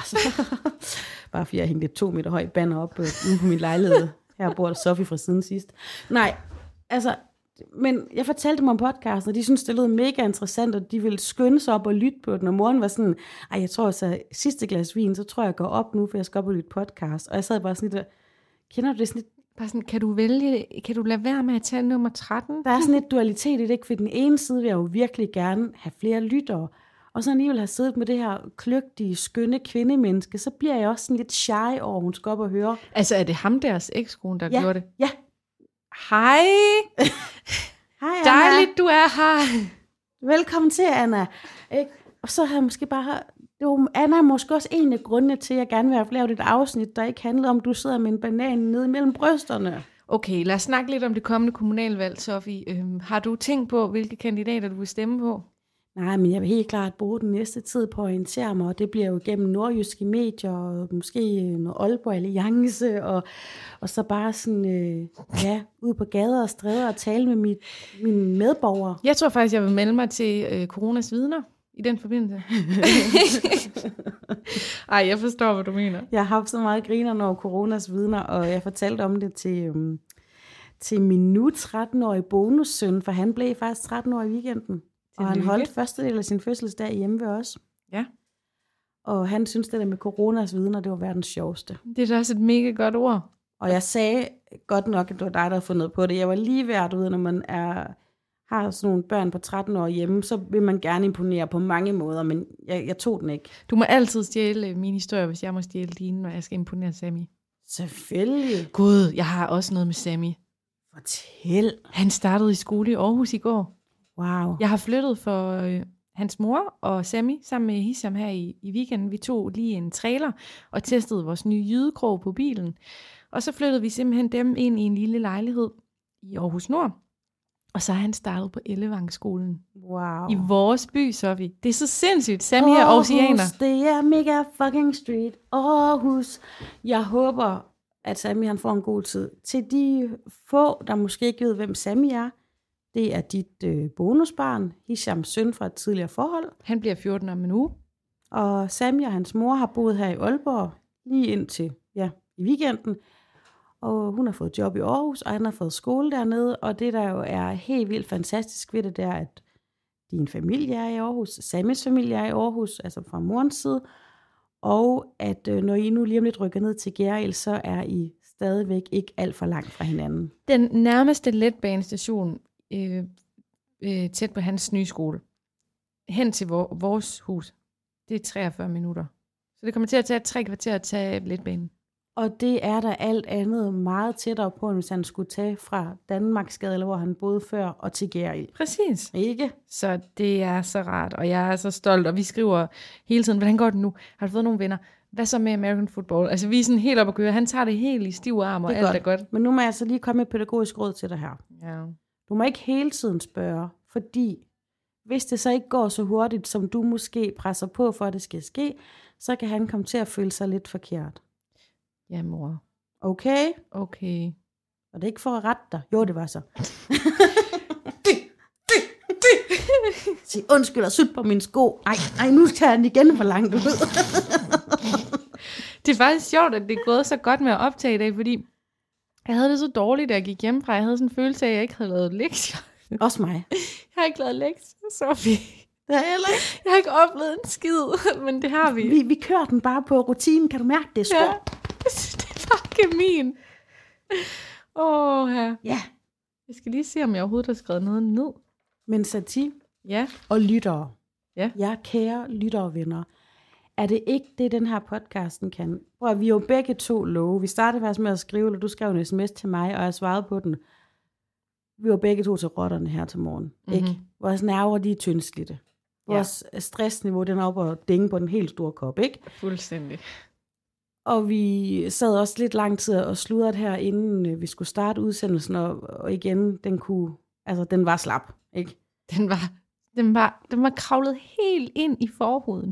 Speaker 1: Bare fordi jeg hængte 2 meter høj banner op ude på min lejlighed. Her bor der Sofie fra siden sidst. Nej, altså, men jeg fortalte dem om podcasten, og de synes det lød mega interessant, og de ville skynde sig op og lytte på den, og moren var sådan, jeg tror så sidste glas vin, så tror jeg går op nu, for jeg skal op og lytte podcast. Og jeg sad bare sådan lidt, kender du det sådan lidt?
Speaker 2: Bare sådan, kan du lade være med at tage nummer 13?
Speaker 1: Der er sådan lidt dualitet i det, ikke? For den ene side vil jeg jo virkelig gerne have flere lyttere, og så alligevel have siddet med det her kløgtige, skønne kvindemenneske, så bliver jeg også sådan lidt shy over, hun skal op og høre.
Speaker 2: Altså, er det ham deres ekskone, der gjorde det?
Speaker 1: Ja.
Speaker 2: Hej.
Speaker 1: Hej, Anna.
Speaker 2: Dejligt, du er her.
Speaker 1: Velkommen til, Anna. Ikke? Og så havde jeg måske bare... Anna er måske også en af grundene til, at jeg gerne vil have lavet et afsnit, der ikke handler om, at du sidder med en banan nede mellem brysterne.
Speaker 2: Okay, lad os snakke lidt om det kommende kommunalvalg, Sofie. Har du tænkt på, hvilke kandidater du vil stemme på?
Speaker 1: Nej, men jeg vil helt klart bruge den næste tid på at orientere mig, og det bliver jo gennem nordjyske medier, og måske noget Aalborg Alliance, og så bare sådan, ud på gader og stræder og tale med mine medborgere.
Speaker 2: Jeg tror faktisk, jeg vil melde mig til Coronas vidner i den forbindelse. Ej, jeg forstår, hvad du mener.
Speaker 1: Jeg har haft så meget griner over Coronas vidner, og jeg fortalte om det til min nu 13-årige bonussøn, for han blev faktisk 13 år i weekenden. Og han holdt første del af sin fødselsdag hjemme ved os.
Speaker 2: Ja. Og
Speaker 1: han synes det der med Coronas vidner, det var verdens sjoveste.
Speaker 2: Det er da også et mega godt ord.
Speaker 1: Og jeg sagde godt nok, at det var dig, der havde fundet på det. Jeg var lige ved at ud, når man har sådan nogle børn på 13 år hjemme, så vil man gerne imponere på mange måder, men jeg tog den ikke.
Speaker 2: Du må altid stjæle min historie, hvis jeg må stjæle dine, når jeg skal imponere Sammy.
Speaker 1: Selvfølgelig.
Speaker 2: Gud, jeg har også noget med Sammy.
Speaker 1: Fortæl.
Speaker 2: Han startede i skole i Aarhus i går.
Speaker 1: Wow.
Speaker 2: Jeg har flyttet for hans mor og Sammy sammen med Hisham her i weekenden. Vi tog lige en trailer og testede vores nye jydekrog på bilen. Og så flyttede vi simpelthen dem ind i en lille lejlighed i Aarhus Nord. Og så er han startet på Ellevangskolen.
Speaker 1: Wow.
Speaker 2: I vores by, Sofie. Det er så sindssygt. Sammy er oceaner.
Speaker 1: Det er mega fucking street. Aarhus. Jeg håber, at Sammy han får en god tid. Til de få, der måske ikke ved, hvem Sammy er, det er dit bonusbarn, Hishams søn fra et tidligere forhold.
Speaker 2: Han bliver 14 om en uge.
Speaker 1: Og Sammy og hans mor har boet her i Aalborg lige indtil i weekenden. Og hun har fået job i Aarhus, og han har fået skole dernede. Og det, der jo er helt vildt fantastisk ved det, det er, at din familie er i Aarhus, Sammys familie er i Aarhus, altså fra morens side. Og at når I nu lige om lidt rykker ned til Gjerrild, så er I stadigvæk ikke alt for langt fra hinanden.
Speaker 2: Den nærmeste letbanestation tæt på hans nye skole, hen til vores hus, det er 43 minutter. Så det kommer til at tage 3 kvarter at tage letbanen.
Speaker 1: Og det er der alt andet meget tættere på, end hvis han skulle tage fra Danmarksgade, eller hvor han boede før, og til Gjerrild.
Speaker 2: Præcis.
Speaker 1: Ikke?
Speaker 2: Så det er så rart, og jeg er så stolt, og vi skriver hele tiden, hvordan går det nu? Har du fået nogle venner? Hvad så med American football? Altså vi er sådan helt op at køre. Han tager det helt i stiv arm, og alt er godt.
Speaker 1: Men nu må jeg altså lige komme med et pædagogisk råd til dig her.
Speaker 2: Ja.
Speaker 1: Du må ikke hele tiden spørge, fordi hvis det så ikke går så hurtigt, som du måske presser på for, at det skal ske, så kan han komme til at føle sig lidt forkert.
Speaker 2: Ja, mor.
Speaker 1: Okay?
Speaker 2: Okay.
Speaker 1: Og det er ikke for at rette dig. Jo, det var så. Sig undskyld og syt på min sko. Ej, nu tager jeg den igen for langt ud.
Speaker 2: Det er faktisk sjovt, at det er gået så godt med at optage i dag, fordi jeg havde det så dårligt, da jeg gik hjemmefra. Jeg havde sådan en følelse af, at jeg ikke havde lavet lektier.
Speaker 1: Også mig.
Speaker 2: Jeg har ikke lavet lektier, Sofie.
Speaker 1: Det har jeg heller ikke.
Speaker 2: Jeg har ikke oplevet en skid, men det har vi.
Speaker 1: Vi kører den bare på rutinen. Kan du mærke det, skår?
Speaker 2: Ja. Det er bare kemin. Her.
Speaker 1: Ja.
Speaker 2: Jeg skal lige se, om jeg overhovedet har skrevet noget ned.
Speaker 1: Men Sati
Speaker 2: Ja.
Speaker 1: og lyttere.
Speaker 2: Ja.
Speaker 1: Ja, kære lyttere og venner. Er det ikke det, den her podcasten kan? Prøv at vi er jo begge to love. Vi startede faktisk med at skrive, eller du skrev en sms til mig, og jeg svarede på den. Vi var begge to til rotterne her til morgen. Ikke? Vores nerver, de er tyndslidte. Vores stressniveau, den er oppe og dænge på den helt store kop, ikke?
Speaker 2: Fuldstændig.
Speaker 1: Og vi sad også lidt lang tid og sludrede her, inden vi skulle starte udsendelsen, og igen, den var slap, ikke?
Speaker 2: Den var kravlet helt ind i forhuden.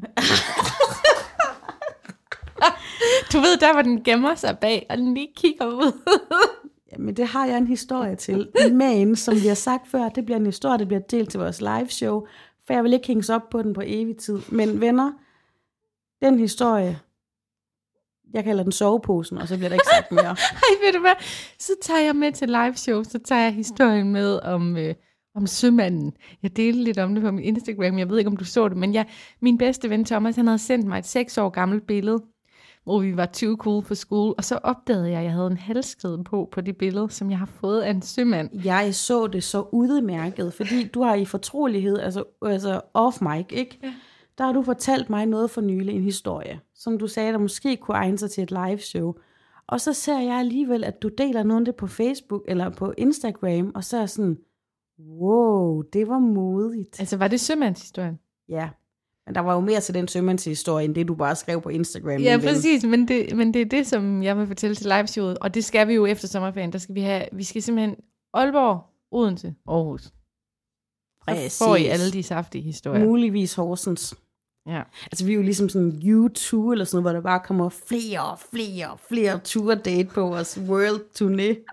Speaker 2: Du ved, der hvor den gemmer sig bag, og den lige kigger ud.
Speaker 1: Jamen, det har jeg en historie til. Men, som vi har sagt før, det bliver en historie, der bliver delt til vores live show, for jeg vil ikke hænges op på den på evig tid. Men venner, den historie, jeg kalder den soveposen, og så bliver der ikke sagt mere.
Speaker 2: Ej, ved du hvad? Så tager jeg med til live show, så tager jeg historien med om sømanden. Jeg delte lidt om det på min Instagram, jeg ved ikke, om du så det, men min bedste ven Thomas, han havde sendt mig et 6 år gammelt billede, hvor vi var too cool for school, og så opdagede jeg havde en halskæde på det billede, som jeg har fået af en sømand.
Speaker 1: Jeg så det så udmærket, fordi du har i fortrolighed, altså off mic, ikke? Ja. Der har du fortalt mig noget for nylig, en historie, som du sagde, der måske kunne egne sig til et live show. Og så ser jeg alligevel, at du deler noget af det på Facebook eller på Instagram, og så er sådan, wow, det var modigt.
Speaker 2: Altså, var det sømandshistorien?
Speaker 1: Ja, men der var jo mere til den sømandshistorie, end det du bare skrev på Instagram.
Speaker 2: Ja, præcis, men det er det, som jeg vil fortælle til liveshowet, og det skal vi jo efter sommerferien. Der skal vi skal simpelthen Aalborg, Odense, Aarhus. Så får I alle de saftige historier.
Speaker 1: Muligvis Horsens.
Speaker 2: Ja. Altså
Speaker 1: vi er jo ligesom sådan U2 eller sådan noget, hvor der bare kommer flere tour-date på vores world turné.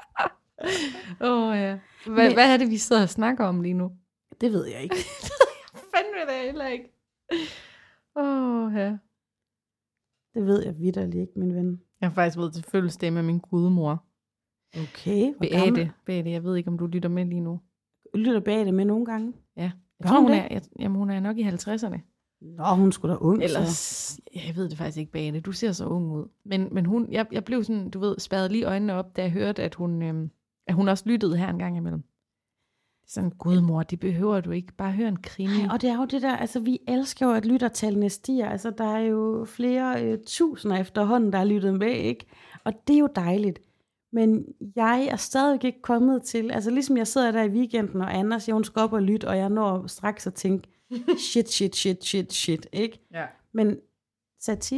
Speaker 2: Ja. Hvad er det, vi sidder og snakker om lige nu?
Speaker 1: Det ved jeg ikke.
Speaker 2: Fandme det heller ikke. Ja.
Speaker 1: Det ved jeg vitterligt ikke, min ven.
Speaker 2: Jeg har faktisk været til fødselsdag med min gudmor.
Speaker 1: Okay.
Speaker 2: Beate, jeg ved ikke, om du lytter med lige nu.
Speaker 1: Lytter Beate med nogle gange?
Speaker 2: Ja. Jeg tror, hun er nok i 50'erne.
Speaker 1: Nå, hun skulle da ung.
Speaker 2: Ellers, jeg ved det faktisk ikke, Beate. Du ser så ung ud. Men hun, jeg blev sådan, du ved, spærret lige øjnene op, da jeg hørte, at hun også lyttede her en gang imellem. Sådan, gudmor, det behøver du ikke. Bare hør en krimi.
Speaker 1: Og det er jo det der, altså vi elsker jo, at lyttertallene stiger. Altså der er jo flere tusinder efterhånden, der er lyttet med, ikke? Og det er jo dejligt. Men jeg er stadig ikke kommet til, altså ligesom jeg sidder der i weekenden, og Anna siger, hun skal op og lytte, og jeg når straks at tænke, shit, ikke?
Speaker 2: Ja.
Speaker 1: Men Sati,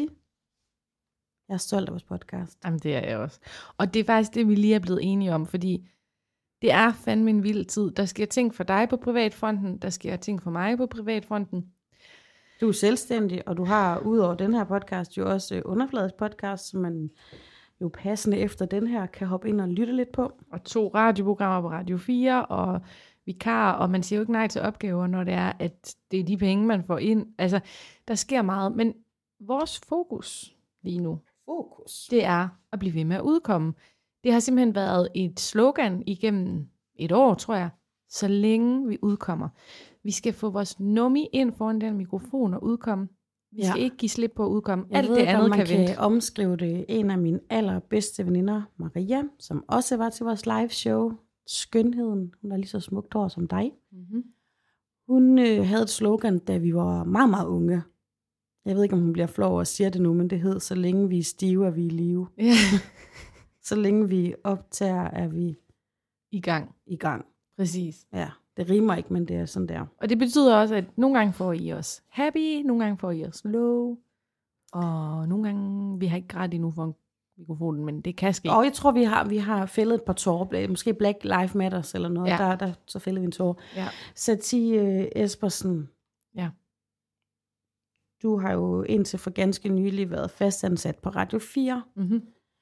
Speaker 1: jeg er stolt af vores podcast.
Speaker 2: Jamen det er jeg også. Og det er faktisk det, vi lige er blevet enige om, fordi Det er fandme en vild tid. Der sker ting for dig på privatfronten, der sker ting for mig på privatfronten.
Speaker 1: Du er selvstændig, og du har udover den her podcast jo også Underfladisk podcast, som man jo passende efter den her kan hoppe ind og lytte lidt på.
Speaker 2: Og 2 radioprogrammer på Radio 4, og vikar, og man siger jo ikke nej til opgaver, når det er, at det er de penge, man får ind. Altså, der sker meget, men vores fokus lige nu, det er at blive ved med at udkomme. Det har simpelthen været et slogan igennem et år, tror jeg, så længe vi udkommer. Vi skal få vores nummi ind foran den mikrofon og udkomme. Vi skal ikke give slip på at udkomme. Alt det andet kan vente.
Speaker 1: Man kan omskrive det. En af mine allerbedste veninder, Maria, som også var til vores live show, Skønheden, hun er lige så smukt hår som dig. Mm-hmm. Hun havde et slogan, da vi var meget, meget unge. Jeg ved ikke, om hun bliver flov over at sige det nu, men det hed, så længe vi er stive, er vi i live.
Speaker 2: Ja.
Speaker 1: Så længe vi optager, er vi
Speaker 2: i gang.
Speaker 1: Præcis. Ja, det rimer ikke, men det er sådan der.
Speaker 2: Og det betyder også, at nogle gange får I os happy, nogle gange får I os low, og nogle gange, vi har ikke grædt endnu for mikrofonen, men det kan ske.
Speaker 1: Og jeg tror, vi har fældet et par tårer, måske Black Lives Matters eller noget, der så fældede vi en tårer. Ja. Satie Espersen, ja. Du har jo indtil for ganske nylig været fastansat på Radio 4. Mm-hmm.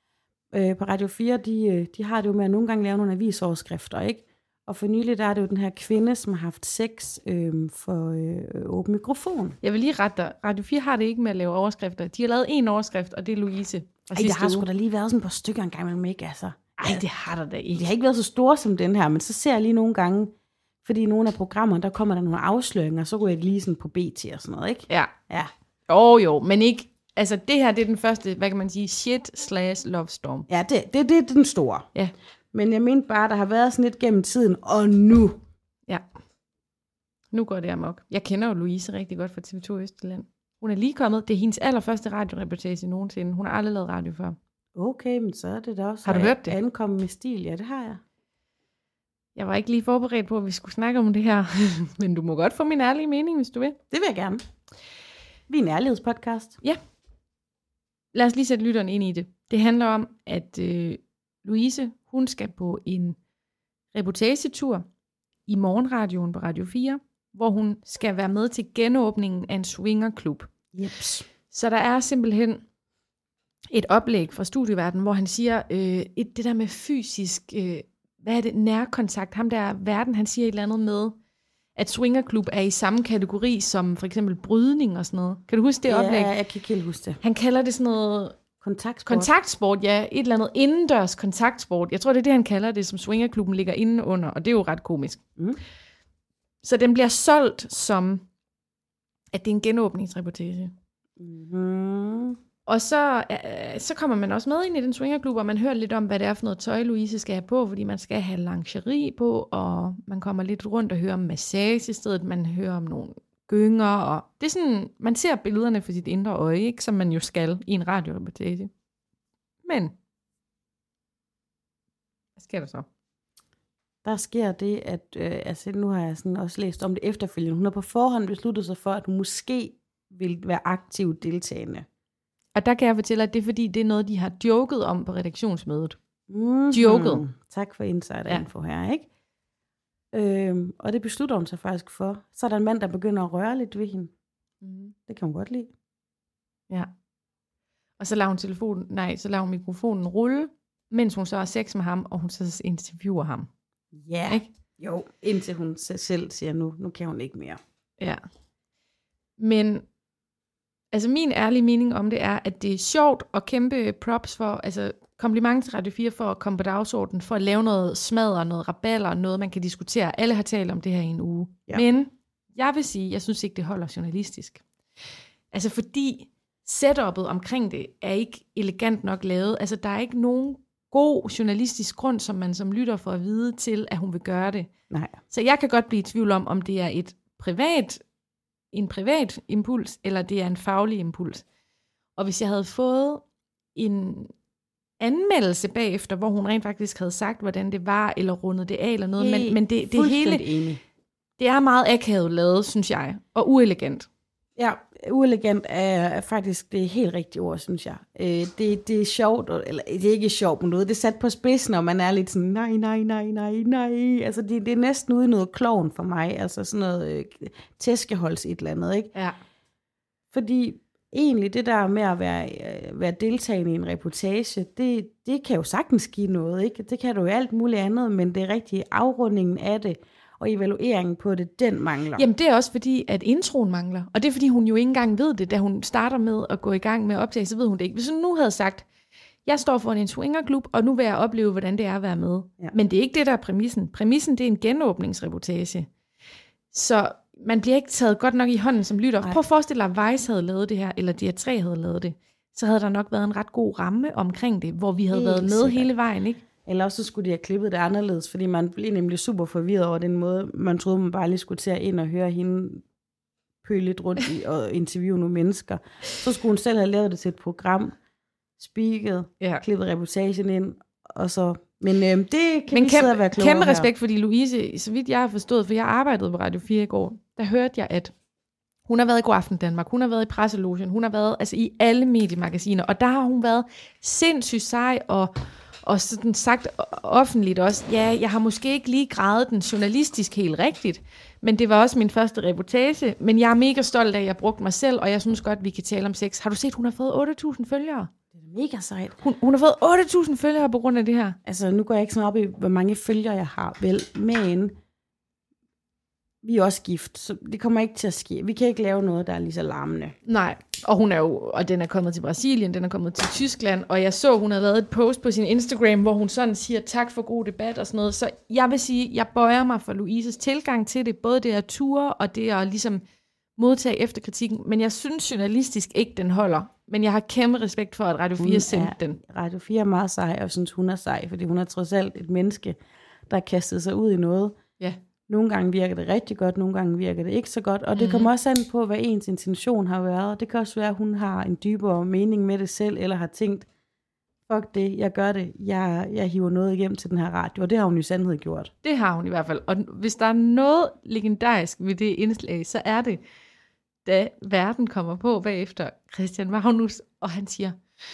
Speaker 1: På Radio 4, de har det jo med at nogle gange lave nogle avisoverskrifter, ikke? Og for nylig, der er det jo den her kvinde, som har haft sex for åben mikrofon.
Speaker 2: Jeg vil lige rette dig. Radio 4 har det ikke med at lave overskrifter. De har lavet 1 overskrift, og det er Louise.
Speaker 1: Ej, der har sgu da lige været sådan et par stykker en gang imellem, ikke? Altså.
Speaker 2: Ej, det har der da ikke.
Speaker 1: Det har ikke været så store som den her, men så ser jeg lige nogle gange, fordi i nogle af programmerne, der kommer der nogle afsløringer, så går jeg lige sådan på BT og sådan noget, ikke?
Speaker 2: Ja. Jo, men ikke. Altså, det her, det er den første, hvad kan man sige, shit/love storm.
Speaker 1: Ja, det er den store.
Speaker 2: Ja.
Speaker 1: Men jeg mente bare, der har været sådan lidt gennem tiden, og nu.
Speaker 2: Ja. Nu går det amok. Jeg kender jo Louise rigtig godt fra TV2 Østjylland. Hun er lige kommet. Det er hendes allerførste radioreportage nogensinde. Hun har aldrig lavet radio før.
Speaker 1: Okay, men så er det da også.
Speaker 2: Har du hørt det?
Speaker 1: Ankommet med stil, ja, det har jeg.
Speaker 2: Jeg var ikke lige forberedt på, at vi skulle snakke om det her. Men du må godt få min ærlige mening, hvis du vil.
Speaker 1: Det vil jeg gerne. Vi er en ærlighedspodcast.
Speaker 2: Ja. Lad os lige sætte lytteren ind i det. Det handler om, at Louise, hun skal på en reportagetur i morgenradioen på Radio 4, hvor hun skal være med til genåbningen af en swingerklub.
Speaker 1: Jeps.
Speaker 2: Så der er simpelthen et oplæg fra Studieverden, hvor han siger, det der med fysisk, hvad er det, nærkontakt, ham der Verden, han siger et eller andet med, at swingerklub er i samme kategori som for eksempel brydning og sådan noget. Kan du huske det oplæg?
Speaker 1: Ja, jeg kan ikke helt huske det.
Speaker 2: Han kalder det sådan noget kontaktsport, ja. Et eller andet indendørs kontaktsport. Jeg tror, det er det, han kalder det, som swingerklubben ligger inde under, og det er jo ret komisk. Mm. Så den bliver solgt som, at det er en genåbningsreportage. Mm-hmm. Og så kommer man også med ind i den swingerklub, og man hører lidt om, hvad det er for noget tøj, Louise skal have på, fordi man skal have lingerie på, og man kommer lidt rundt og hører om massage i stedet, man hører om nogle gynger, og det er sådan, man ser billederne for sit indre øje, ikke, som man jo skal i en radioreportage. Men, hvad sker der så?
Speaker 1: Der sker det, at altså nu har jeg sådan også læst om det efterfølgende. Hun har på forhånd besluttet sig for, at hun måske vil være aktiv deltagende.
Speaker 2: Og der kan jeg fortælle, at det er fordi, det er noget, de har joket om på redaktionsmødet.
Speaker 1: Mm-hmm.
Speaker 2: Joket.
Speaker 1: Tak for insider-info her, ikke? Og det beslutter hun sig faktisk for. Så er der en mand, der begynder at røre lidt ved hende. Mm. Det kan hun godt lide.
Speaker 2: Ja. Og så lader hun mikrofonen rulle, mens hun så har sex med ham, og hun så interviewer ham.
Speaker 1: Ja, ikke? Jo, indtil hun selv siger, nu kan hun ikke mere.
Speaker 2: Ja. Men altså min ærlige mening om det er, at det er sjovt at kæmpe props for, altså kompliment til Radio 4 for at komme på dagsordenen, for at lave noget smadder, noget raballer, noget man kan diskutere. Alle har talt om det her i en uge. Ja. Men jeg vil sige, jeg synes ikke, det holder journalistisk. Altså fordi setupet omkring det er ikke elegant nok lavet. Altså der er ikke nogen god journalistisk grund, som man som lytter får at vide til, at hun vil gøre det.
Speaker 1: Nej.
Speaker 2: Så jeg kan godt blive i tvivl om det er en privat impuls, eller det er en faglig impuls. Og hvis jeg havde fået en anmeldelse bagefter, hvor hun rent faktisk havde sagt, hvordan det var, eller rundet det af, eller noget, men det hele,
Speaker 1: enig.
Speaker 2: Det er meget akavet lavet, synes jeg, og uelegant.
Speaker 1: Ja, uelegant er faktisk det helt rigtige ord, synes jeg. Det er sjovt, eller det er ikke sjovt på noget. Det er sat på spidsen, og man er lidt sådan, nej. Altså, det er næsten uden noget klovn for mig. Altså sådan noget tæskeholds et eller andet, ikke?
Speaker 2: Ja.
Speaker 1: Fordi egentlig det der med at være deltagende i en reportage, det kan jo sagtens give noget, ikke? Det kan du jo alt muligt andet, men det er rigtig afrundingen af det, og evalueringen på det, den mangler.
Speaker 2: Jamen det er også fordi, at introen mangler. Og det er fordi, hun jo ikke engang ved det. Da hun starter med at gå i gang med at optage, så ved hun det ikke. Hvis hun nu havde sagt, jeg står for en swingerklub, og nu vil jeg opleve, hvordan det er at være med. Ja. Men det er ikke det, der er præmissen. Præmissen, det er en genåbningsreportage. Så man bliver ikke taget godt nok i hånden som lytter. Prøv at forestille dig, at Vice havde lavet det her, eller DR3 havde lavet det. Så havde der nok været en ret god ramme omkring det, hvor vi havde været med sikkert hele vejen, ikke?
Speaker 1: Eller også så skulle de have klippet det anderledes, fordi man blev nemlig super forvirret over den måde, man troede, man bare lige skulle til at ind og høre hende pøle lidt rundt i og interviewe nogle mennesker. Så skulle hun selv have lavet det til et program, speaket, klippet reportagen ind, og så... Men det kan vi sidde og være klogere
Speaker 2: kæmpe respekt, fordi Louise, så vidt jeg har forstået, for jeg arbejdede på Radio 4 i går, der hørte jeg, at hun har været i Godaften Danmark, hun har været i Presselogen, hun har været altså i alle mediemagasiner, og der har hun været sindssygt sej og sådan sagt offentligt også, ja, jeg har måske ikke lige gradet den journalistisk helt rigtigt, men det var også min første reportage, men jeg er mega stolt af, at jeg brugte mig selv, og jeg synes godt, vi kan tale om sex. Har du set, hun har fået 8.000 følgere?
Speaker 1: Det er mega sejt.
Speaker 2: Hun har fået 8.000 følgere på grund af det her.
Speaker 1: Altså, nu går jeg ikke sådan op i, hvor mange følgere jeg har, vel, men vi er også gift, så det kommer ikke til at ske. Vi kan ikke lave noget, der er lige så larmende.
Speaker 2: Nej, og hun er jo, og den er kommet til Brasilien, den er kommet til Tyskland, og jeg så, hun har lavet et post på sin Instagram, hvor hun sådan siger, tak for god debat og sådan noget. Så jeg vil sige, jeg bøjer mig for Louises tilgang til det, både det at ture, og det at ligesom modtage efterkritikken, men jeg synes journalistisk ikke, den holder. Men jeg har kæmpe respekt for, at Radio 4 sendte den.
Speaker 1: Radio 4 er meget sej, og synes hun er sej, fordi hun er trods alt et menneske, der har kastet sig ud i noget.
Speaker 2: Ja.
Speaker 1: Nogle gange virker det rigtig godt, nogle gange virker det ikke så godt, og det kommer også an på, hvad ens intention har været. Det kan også være, at hun har en dybere mening med det selv, eller har tænkt, fuck det, jeg gør det, jeg hiver noget igennem til den her radio, og det har hun i sandhed gjort.
Speaker 2: Det har hun i hvert fald, og hvis der er noget legendarisk ved det indslag, så er det, da verden kommer på bagefter Christian Magnus, og han siger,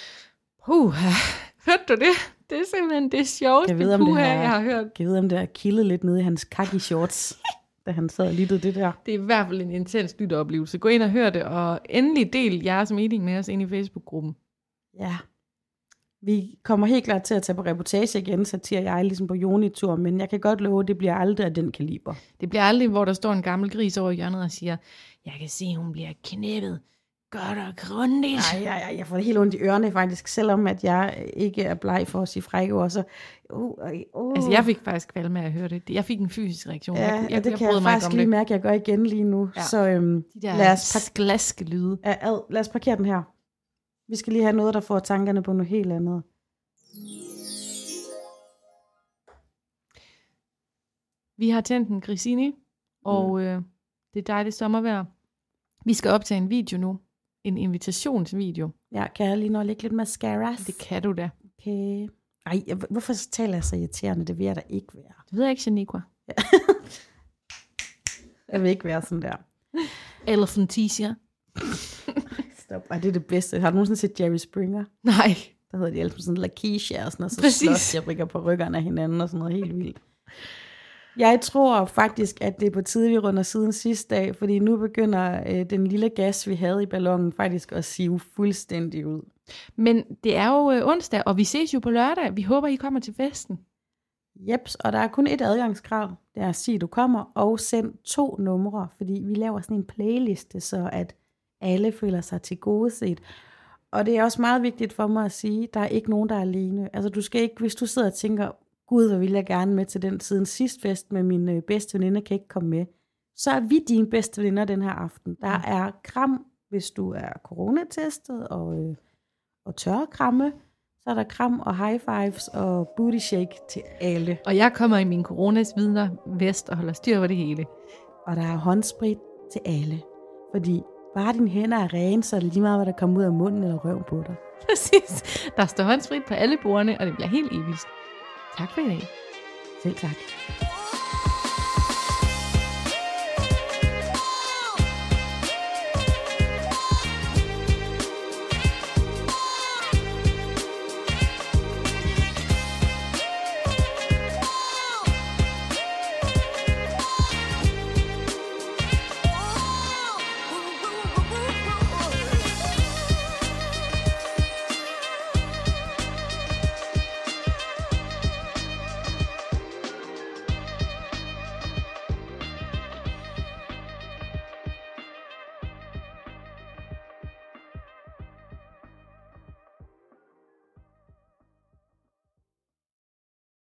Speaker 2: hørte du det? Det er simpelthen det sjoveste jeg har hørt.
Speaker 1: Jeg ved, om det har kildet lidt nede i hans khaki shorts, da han sad og lyttede det der.
Speaker 2: Det er i hvert fald en intens lytteoplevelse. Gå ind og hør det, og endelig del jeres mening med os ind i Facebook-gruppen.
Speaker 1: Ja. Vi kommer helt klart til at tage på reportage igen, så siger jeg ligesom på Joni-tur, men jeg kan godt love, at det bliver aldrig af den kaliber.
Speaker 2: Det bliver aldrig, hvor der står en gammel gris over hjørnet og siger, jeg kan se, hun bliver knæppet. Godt og grundigt.
Speaker 1: Nej, jeg får det helt ondt i ørerne faktisk, selvom at jeg ikke er bleg for at sige frække ord. Så,
Speaker 2: Altså, jeg fik faktisk kvalme med at høre det. Jeg fik en fysisk reaktion.
Speaker 1: Jeg det kan jeg faktisk lige mærke, at jeg gør igen lige nu.
Speaker 2: Ja.
Speaker 1: Så
Speaker 2: de der lad os glaske lyde.
Speaker 1: Lad os parkere den her. Vi skal lige have noget, der får tankerne på noget helt andet.
Speaker 2: Vi har tændt en Grisini, og det er dejligt sommervejr. Vi skal optage en video nu. En invitationsvideo.
Speaker 1: Ja, kan jeg lige nå lægge lidt mascara?
Speaker 2: Det kan du da.
Speaker 1: Okay. Ej, hvorfor taler jeg så irriterende? Det vil jeg da ikke være.
Speaker 2: Det ved jeg ikke, Janiqua.
Speaker 1: Jeg vil ikke være sådan der.
Speaker 2: Elephantia.
Speaker 1: Stop. Ej, det er det bedste. Har du nogensinde set Jerry Springer?
Speaker 2: Nej.
Speaker 1: Der hedder de alle sådan Lakeisha og sådan noget. Så
Speaker 2: præcis.
Speaker 1: Slås jeg rykker på ryggerne af hinanden og sådan noget helt vildt. Jeg tror faktisk, at det er på tide, vi runder siden sidste dag, fordi nu begynder den lille gas, vi havde i ballonen, faktisk at sive fuldstændig ud.
Speaker 2: Men det er jo onsdag, og vi ses jo på lørdag. Vi håber, I kommer til festen.
Speaker 1: Jeps, og der er kun et adgangskrav. Det er at sige, at du kommer, og send 2 numre, fordi vi laver sådan en playliste, så at alle føler sig tilgodeset. Og det er også meget vigtigt for mig at sige, at der er ikke nogen, der er alene. Altså du skal ikke, hvis du sidder og tænker, gud, hvor vil jeg gerne med til den siden sidst fest med min bedste veninde, kan ikke komme med. Så er vi dine bedste venner den her aften. Der er kram, hvis du er coronatestet og tørrekramme. Så er der kram og high fives og booty shake til alle.
Speaker 2: Og jeg kommer i min coronas vidner vest og holder styr på det hele.
Speaker 1: Og der er håndsprit til alle. Fordi bare dine hænder er rene, så er det lige meget, hvad der kommer ud af munden eller røven på dig.
Speaker 2: Præcis. Der står håndsprit på alle bordene, og det bliver helt evigt. Tak for i dag.
Speaker 1: Selv tak.